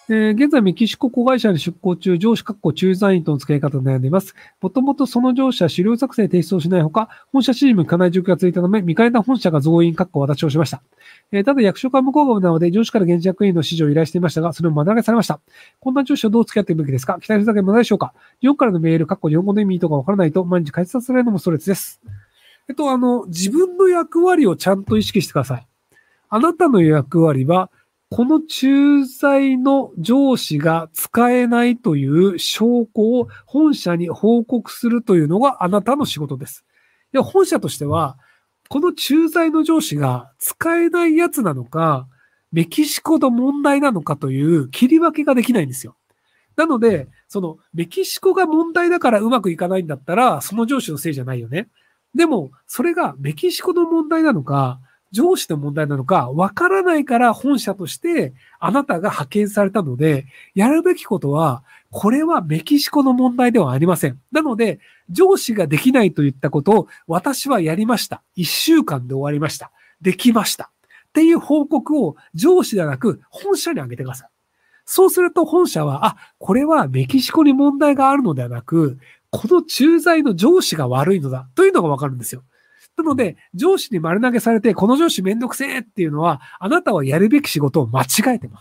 現在メキシコ子会社に出向中、上司駐在員との付き合い方で悩んでいます。もともとその上司は資料作成提出をしないほか、本社指示もいかない状況が続いたため、見返りな本社が増員私をしました。ただ役職は向こう側なので、上司から現地役員の指示を依頼していましたが、それを丸投げされました。こんな上司をどう付き合っていくべきですか？期待するだけ無駄でしょうか？日本からのメール、日本語の意味とかわからないと、毎日解説されるのもストレスです。自分の役割をちゃんと意識してください。あなたの役割は、この駐在の上司が使えないという証拠を本社に報告するというのがあなたの仕事です。いや、本社としては、この駐在の上司が使えないやつなのか、メキシコの問題なのかという切り分けができないんですよ。なので、そのメキシコが問題だからうまくいかないんだったら、その上司のせいじゃないよね。でも、それがメキシコの問題なのか、上司の問題なのか、わからないから本社としてあなたが派遣されたので、やるべきことは、これはメキシコの問題ではありません。なので、上司ができないと言ったことを私はやりました。1週間で終わりました。できました。っていう報告を上司ではなく本社にあげてください。そうすると本社は、これはメキシコに問題があるのではなく、この駐在の上司が悪いのだというのがわかるんですよ。なので、上司に丸投げされて、この上司めんどくせえっていうのは、あなたはやるべき仕事を間違えてます。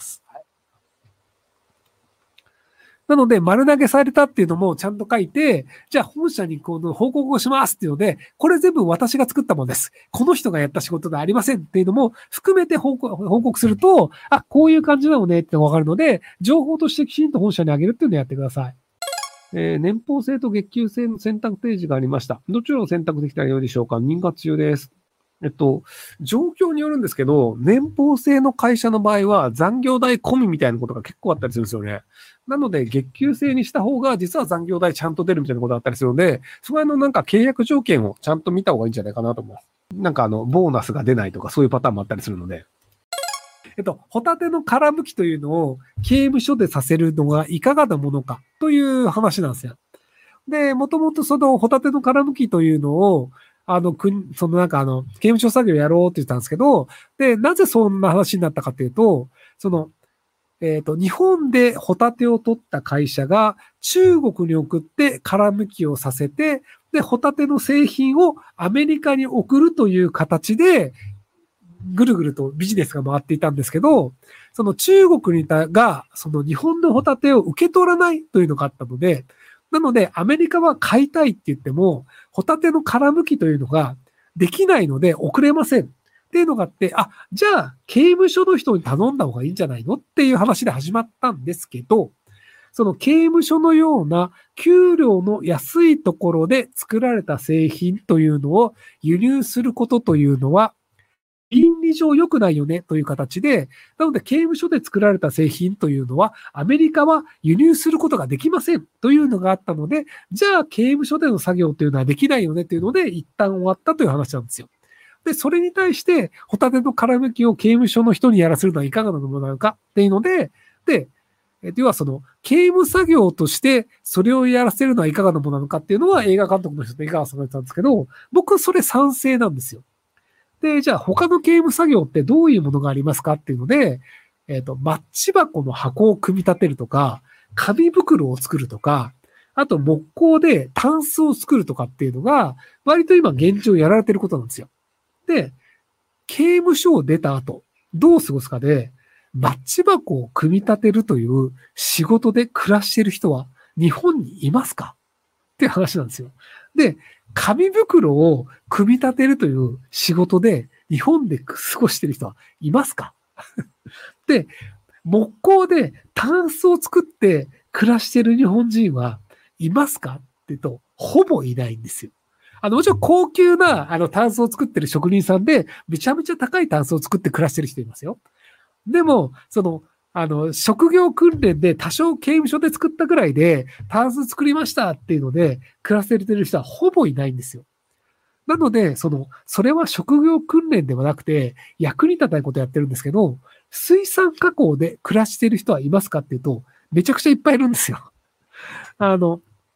なので、丸投げされたっていうのもちゃんと書いて、じゃあ本社にこの報告をしますっていうので、これ全部私が作ったものです。この人がやった仕事ではありませんっていうのも含めて報告すると、こういう感じなのねってわかるので、情報としてきちんと本社にあげるっていうのをやってください。年俸制と月給制の選択提示がありました。どちらを選択できたらよいでしょうか？任活中です。状況によるんですけど、年俸制の会社の場合は残業代込みみたいなことが結構あったりするんですよね。なので、月給制にした方が実は残業代ちゃんと出るみたいなことがあったりするので、そこのなんか契約条件をちゃんと見た方がいいんじゃないかなと思います。なんかボーナスが出ないとかそういうパターンもあったりするので。ホタテの殻むきというのを刑務所でさせるのがいかがなものかという話なんですよ。で、もともとそのホタテの殻むきというのを、刑務所作業やろうって言ったんですけど、で、なぜそんな話になったかというと、日本でホタテを取った会社が中国に送って殻むきをさせて、で、ホタテの製品をアメリカに送るという形で、ぐるぐるとビジネスが回っていたんですけど、その中国にが、その日本のホタテを受け取らないというのがあったので、なのでアメリカは買いたいって言っても、ホタテの殻むきというのができないので送れませんっていうのがあって、じゃあ刑務所の人に頼んだ方がいいんじゃないのっていう話で始まったんですけど、その刑務所のような給料の安いところで作られた製品というのを輸入することというのは、倫理上良くないよねという形で、なので刑務所で作られた製品というのはアメリカは輸入することができませんというのがあったので、じゃあ刑務所での作業というのはできないよねというので一旦終わったという話なんですよ。で、それに対してホタテの殻むきを刑務所の人にやらせるのはいかがなものなのかっていうので、要はその刑務作業としてそれをやらせるのはいかがなものなのかっていうのは映画監督の人と井川さんが言ってたんですけど、僕はそれ賛成なんですよ。で、じゃあ他の刑務作業ってどういうものがありますかっていうので、マッチ箱の箱を組み立てるとか、紙袋を作るとか、あと木工でタンスを作るとかっていうのが、割と今現状やられてることなんですよ。で、刑務所を出た後、どう過ごすかで、マッチ箱を組み立てるという仕事で暮らしている人は日本にいますかっていう話なんですよ。で、紙袋を組み立てるという仕事で日本で過ごしている人はいますかで、木工でタンスを作って暮らしている日本人はいますかって言うと、ほぼいないんですよ。もちろん高級なタンスを作ってる職人さんで、めちゃめちゃ高いタンスを作って暮らしてる人いますよ。でも、職業訓練で多少刑務所で作ったぐらいで、タンス作りましたっていうので、暮らせてる人はほぼいないんですよ。なので、それは職業訓練ではなくて、役に立たないことやってるんですけど、水産加工で暮らしている人はいますかっていうと、めちゃくちゃいっぱいいるんですよ。あの、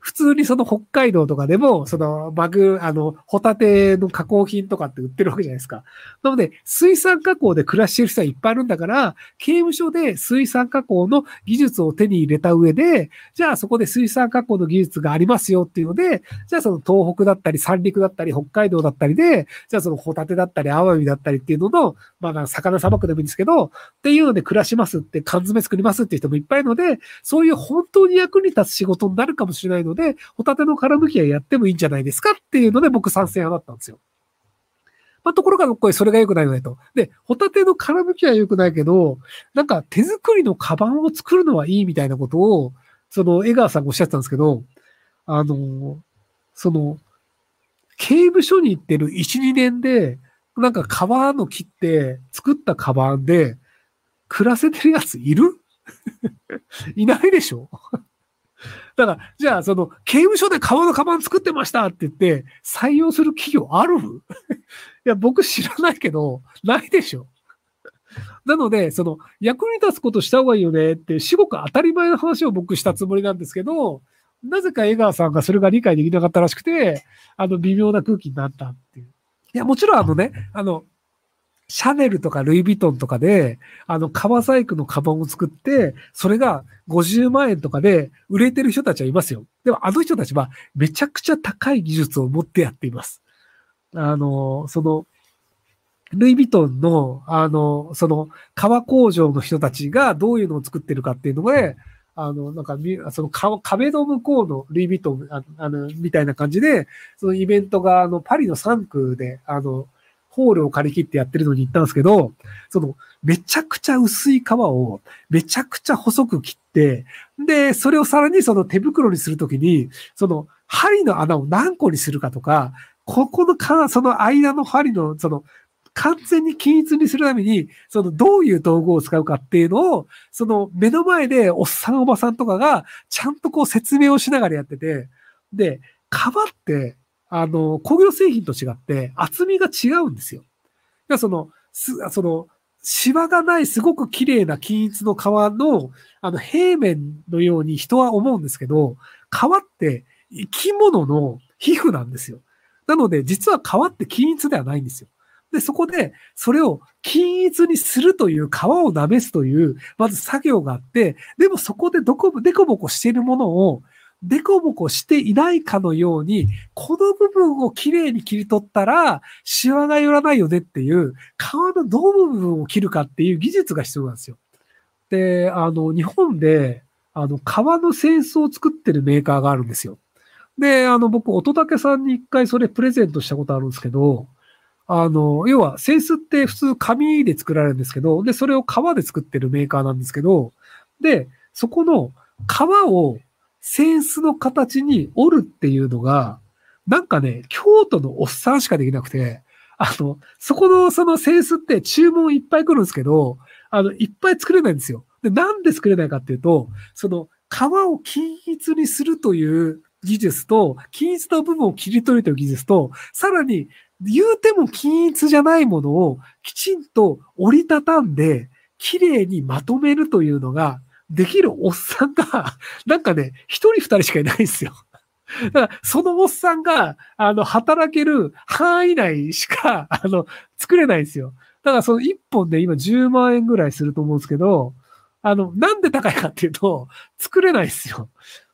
普通にその北海道とかでも、そのホタテの加工品とかって売ってるわけじゃないですか。なので、水産加工で暮らしてる人はいっぱいいるんだから、刑務所で水産加工の技術を手に入れた上で、じゃあそこで水産加工の技術がありますよっていうので、じゃあその東北だったり三陸だったり北海道だったりで、じゃあそのホタテだったりアワビだったりっていうのの、魚さばくでもいいんですけど、っていうので暮らしますって、缶詰作りますっていう人もいっぱいいるので、そういう本当に役に立つ仕事になるかもしれないので、ホタテの殻むきはやってもいいんじゃないですかっていうので僕賛成派だったんですよ。ところがこれそれが良くないよねと。で、ホタテの殻むきは良くないけど、なんか手作りのカバンを作るのはいいみたいなことを、その江川さんがおっしゃってたんですけど、その、刑務所に行ってる1、2年で、なんか革の切って作ったカバンで暮らせてるやついるいないでしょ。だから、じゃあ、その、刑務所で革のカバン作ってましたって言って、採用する企業あるいや、僕知らないけど、ないでしょ。なので、その、役に立つことした方がいいよねって、至極当たり前の話を僕したつもりなんですけど、なぜか江川さんがそれが理解できなかったらしくて、微妙な空気になったっていう。いや、もちろんシャネルとかルイ・ヴィトンとかで、革細工のカバンを作って、それが50万円とかで売れてる人たちはいますよ。でもあの人たちはめちゃくちゃ高い技術を持ってやっています。ルイ・ヴィトンの、革工場の人たちがどういうのを作ってるかっていうので、壁の向こうのルイ・ヴィトン、みたいな感じで、そのイベントが、パリの3区で、ホールを借り切ってやってるのに行ったんですけど、めちゃくちゃ薄い皮をめちゃくちゃ細く切って、で、それをさらにその手袋にするときに、針の穴を何個にするかとか、ここのその間の針の、完全に均一にするために、どういう道具を使うかっていうのを、目の前でおっさんおばさんとかが、ちゃんとこう説明をしながらやってて、で、皮って、工業製品と違って厚みが違うんですよ。シワがないすごく綺麗な均一の皮の、平面のように人は思うんですけど、皮って生き物の皮膚なんですよ。なので、実は皮って均一ではないんですよ。で、そこで、それを均一にするという皮をなめすという、まず作業があって、でもそこでデコボコしているものを、デコボコしていないかのように、この部分をきれいに切り取ったら、シワが寄らないよねっていう、皮のどの部分を切るかっていう技術が必要なんですよ。で、日本で、革の扇子を作ってるメーカーがあるんですよ。で、僕、乙武さんに一回それプレゼントしたことあるんですけど、要は、扇子って普通紙で作られるんですけど、で、それを革で作ってるメーカーなんですけど、で、そこの革を扇子の形に折るっていうのが、なんかね、京都のおっさんしかできなくて、そこのその扇子って注文いっぱい来るんですけど、いっぱい作れないんですよ。で、なんで作れないかっていうと、その皮を均一にするという技術と、均一の部分を切り取るという技術と、さらに言うても均一じゃないものをきちんと折りたたんで、綺麗にまとめるというのが、できるおっさんが、なんかね、一人二人しかいないんですよ。だから、そのおっさんが、働ける範囲内しか、作れないんですよ。だから、その1本で今10万円ぐらいすると思うんですけど、なんで高いかっていうと、作れないんですよ。